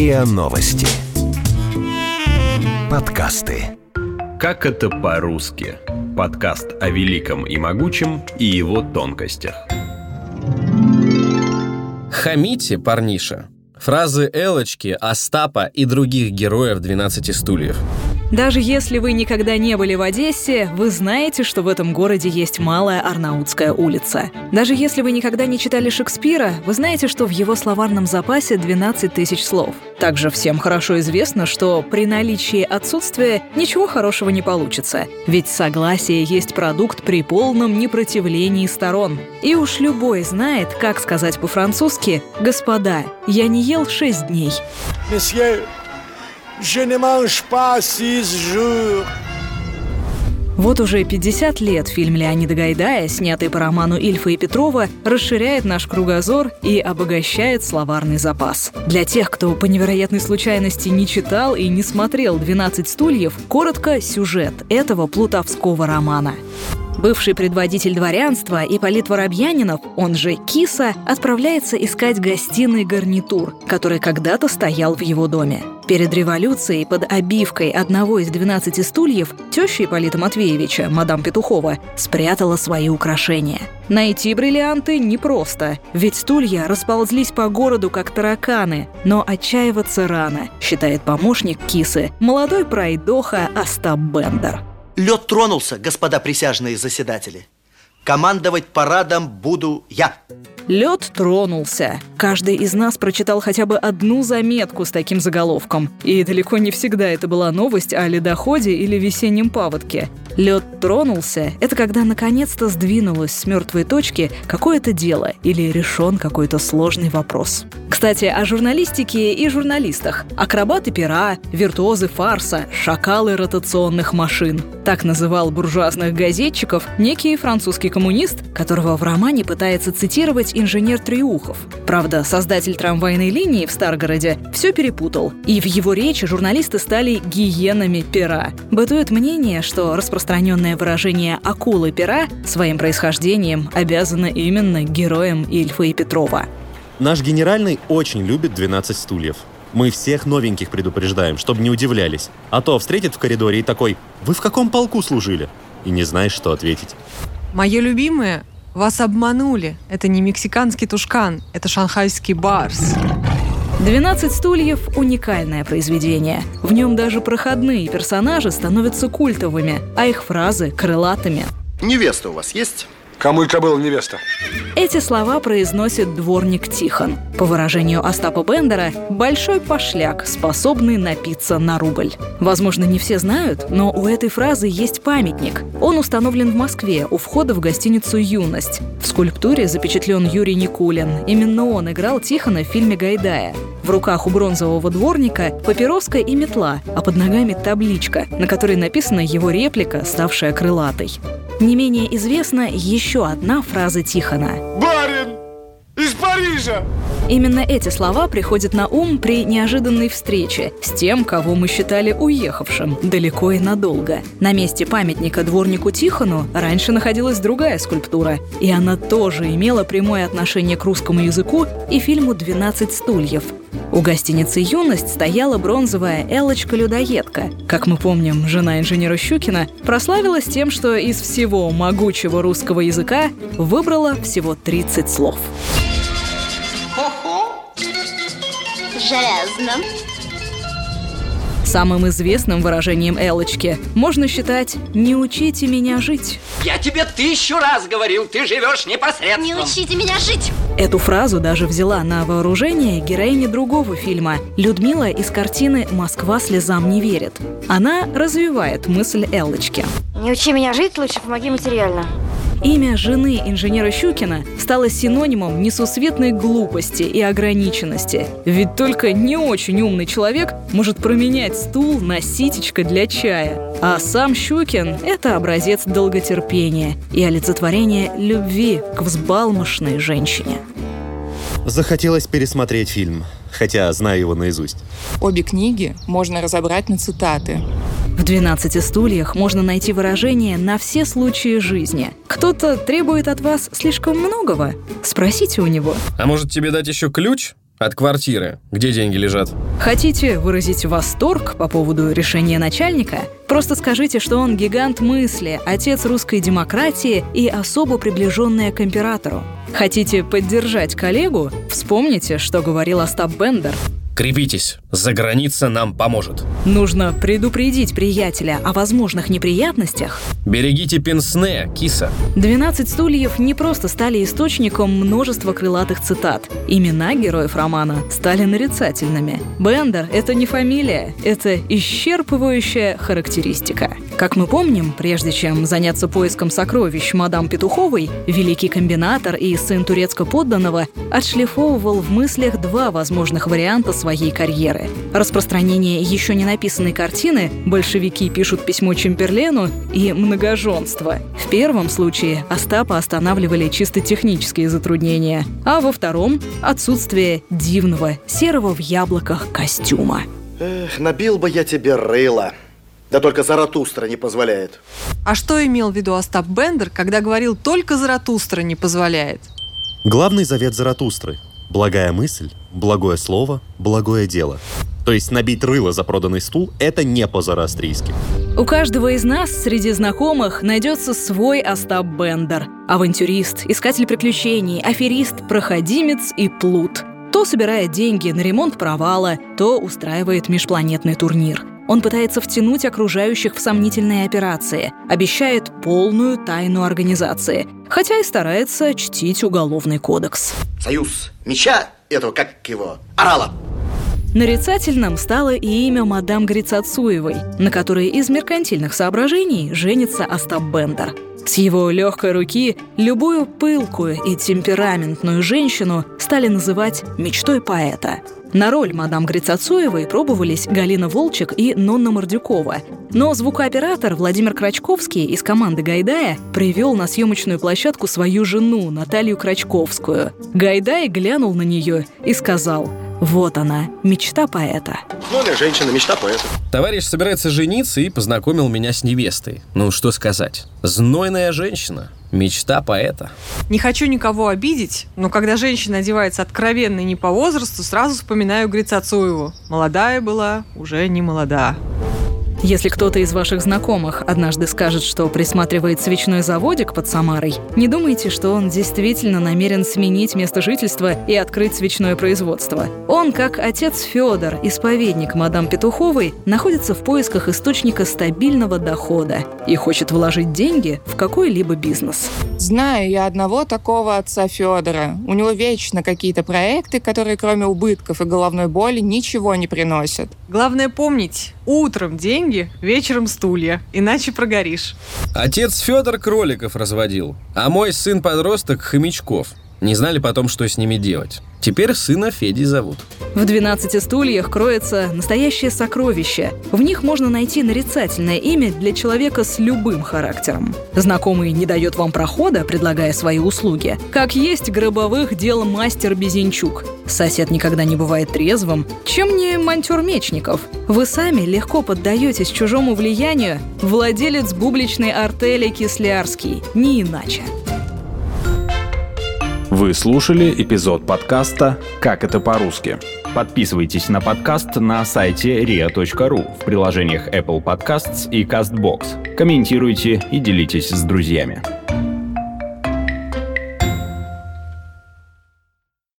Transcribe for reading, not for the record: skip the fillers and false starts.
РИА Новости. Подкасты. Как это по-русски? Подкаст о великом и могучем и его тонкостях. Хамите, парниша. Фразы Эллочки, Остапа и других героев «12 стульев». Даже если вы никогда не были в Одессе, вы знаете, что в этом городе есть Малая Арнаутская улица. Даже если вы никогда не читали Шекспира, вы знаете, что в его словарном запасе 12 тысяч слов. Также всем хорошо известно, что при наличии отсутствия ничего хорошего не получится, ведь согласие есть продукт при полном непротивлении сторон. И уж любой знает, как сказать по-французски «Господа, я не ел 6 дней». Je ne mange pas 6 jours. Вот уже 50 лет фильм Леонида Гайдая, снятый по роману Ильфа и Петрова, расширяет наш кругозор и обогащает словарный запас. Для тех, кто по невероятной случайности не читал и не смотрел «12 стульев», коротко сюжет этого плутовского романа. Бывший предводитель дворянства Ипполит Воробьянинов, он же Киса, отправляется искать гостиный гарнитур, который когда-то стоял в его доме. Перед революцией под обивкой одного из 12 стульев теща Ипполита Матвеевича, мадам Петухова, спрятала свои украшения. Найти бриллианты непросто, ведь стулья расползлись по городу как тараканы, но отчаиваться рано, считает помощник Кисы, молодой пройдоха Остап Бендер. Лед тронулся, господа присяжные заседатели. Командовать парадом буду я. Лед тронулся. Каждый из нас прочитал хотя бы одну заметку с таким заголовком. И далеко не всегда это была новость о ледоходе или весеннем паводке. Лед тронулся – это когда наконец-то сдвинулось с мертвой точки какое-то дело или решен какой-то сложный вопрос. Кстати, о журналистике и журналистах. Акробаты пера, виртуозы фарса, шакалы ротационных машин. Так называл буржуазных газетчиков некий французский коммунист, которого в романе пытается цитировать инженер Триухов. Правда, создатель трамвайной линии в Старгороде все перепутал, и в его речи журналисты стали гиенами пера. Бытует мнение, что распространенное выражение «акулы пера» своим происхождением обязано именно героям Ильфа и Петрова. Наш генеральный очень любит 12 стульев. Мы всех новеньких предупреждаем, чтобы не удивлялись. А то встретит в коридоре и такой: «Вы в каком полку служили?» И не знаешь, что ответить. Мое любимое: вас обманули. Это не мексиканский тушкан, это шанхайский барс. «12 стульев» — уникальное произведение. В нем даже проходные персонажи становятся культовыми, а их фразы — крылатыми. Невеста у вас есть? Кому и кобыла невеста? Эти слова произносит дворник Тихон. По выражению Остапа Бендера, большой пошляк, способный напиться на рубль. Возможно, не все знают, но у этой фразы есть памятник. Он установлен в Москве у входа в гостиницу «Юность». В скульптуре запечатлен Юрий Никулин. Именно он играл Тихона в фильме Гайдая. В руках у бронзового дворника папироска и метла, а под ногами табличка, на которой написана его реплика, ставшая крылатой. Не менее известна еще одна фраза Тихона. Барин! Из Парижа! Именно эти слова приходят на ум при неожиданной встрече с тем, кого мы считали уехавшим далеко и надолго. На месте памятника дворнику Тихону раньше находилась другая скульптура, и она тоже имела прямое отношение к русскому языку и фильму «12 стульев». У гостиницы «Юность» стояла бронзовая Эллочка-людоедка. Как мы помним, жена инженера Щукина прославилась тем, что из всего могучего русского языка выбрала всего 30 слов. Железно. Самым известным выражением Эллочки можно считать «не учите меня жить». Я тебе 1000 раз говорил, ты живешь непосредством. Не учите меня жить. Эту фразу даже взяла на вооружение героиня другого фильма Людмила из картины «Москва слезам не верит». Она развивает мысль Эллочки. Не учи меня жить, лучше помоги материально. Имя жены инженера Щукина стало синонимом несусветной глупости и ограниченности. Ведь только не очень умный человек может променять стул на ситечко для чая. А сам Щукин – это образец долготерпения и олицетворение любви к взбалмошной женщине. Захотелось пересмотреть фильм, хотя знаю его наизусть. Обе книги можно разобрать на цитаты. В «12 стульях» можно найти выражение на все случаи жизни. Кто-то требует от вас слишком многого? Спросите у него. А может, тебе дать еще ключ? от квартиры. Где деньги лежат? Хотите выразить восторг по поводу решения начальника? Просто скажите, что он гигант мысли, отец русской демократии и особо приближенная к императору. Хотите поддержать коллегу? Вспомните, что говорил Остап Бендер. Крепитесь, заграница нам поможет. Нужно предупредить приятеля о возможных неприятностях. Берегите пенсне, киса. 12 стульев не просто стали источником множества крылатых цитат. Имена героев романа стали нарицательными. Бендер — это не фамилия, это исчерпывающая характеристика. Как мы помним, прежде чем заняться поиском сокровищ мадам Петуховой, великий комбинатор и сын турецко-подданного отшлифовывал в мыслях два возможных варианта своей карьеры. Распространение еще не написанной картины, большевики пишут письмо Чемберлену, и многоженство. В первом случае Остапа останавливали чисто технические затруднения, а во втором — отсутствие дивного, серого в яблоках костюма. Эх, набил бы я тебе рыло. Да только Заратустра не позволяет. А что имел в виду Остап Бендер, когда говорил «только Заратустра не позволяет»? Главный завет Заратустры – благая мысль, благое слово, благое дело. То есть набить рыло за проданный стул – это не по-зороастрийски. У каждого из нас среди знакомых найдется свой Остап Бендер. Авантюрист, искатель приключений, аферист, проходимец и плут. То собирает деньги на ремонт провала, то устраивает межпланетный турнир. Он пытается втянуть окружающих в сомнительные операции, обещает полную тайну организации, хотя и старается чтить уголовный кодекс. Союз меча, этого как его, орала. Нарицательным стало и имя мадам Грицацуевой, на которой из меркантильных соображений женится Остап Бендер. С его легкой руки любую пылкую и темпераментную женщину стали называть мечтой поэта. На роль мадам Грицацуевой пробовались Галина Волчек и Нонна Мордюкова. Но звукооператор Владимир Крачковский из команды Гайдая привел на съемочную площадку свою жену Наталью Крачковскую. Гайдай глянул на нее и сказал: «Вот она, мечта поэта». Знойная женщина, мечта поэта. Товарищ собирается жениться и познакомил меня с невестой. Ну, что сказать. Знойная женщина. Мечта поэта. Не хочу никого обидеть, но когда женщина одевается откровенно и не по возрасту, сразу вспоминаю Грицацуеву. Молодая была, уже не молода. Если кто-то из ваших знакомых однажды скажет, что присматривает свечной заводик под Самарой, не думайте, что он действительно намерен сменить место жительства и открыть свечное производство. Он, как отец Федор, исповедник мадам Петуховой, находится в поисках источника стабильного дохода и хочет вложить деньги в какой-либо бизнес. Знаю я одного такого отца Федора. У него вечно какие-то проекты, которые кроме убытков и головной боли ничего не приносят. Главное помнить, утром деньги, вечером стулья, иначе прогоришь. Отец Федор кроликов разводил, а мой сын-подросток — хомячков. Не знали потом, что с ними делать. Теперь сына Федей зовут. В 12 стульях кроется настоящее сокровище. В них можно найти нарицательное имя для человека с любым характером. Знакомый не дает вам прохода, предлагая свои услуги. Как есть гробовых дел мастер Безенчук. Сосед никогда не бывает трезвым. Чем не монтер Мечников? Вы сами легко поддаетесь чужому влиянию. Владелец бубличной артели Кислярский. Не иначе. Вы слушали эпизод подкаста «Как это по-русски». Подписывайтесь на подкаст на сайте ria.ru в приложениях Apple Podcasts и CastBox. Комментируйте и делитесь с друзьями.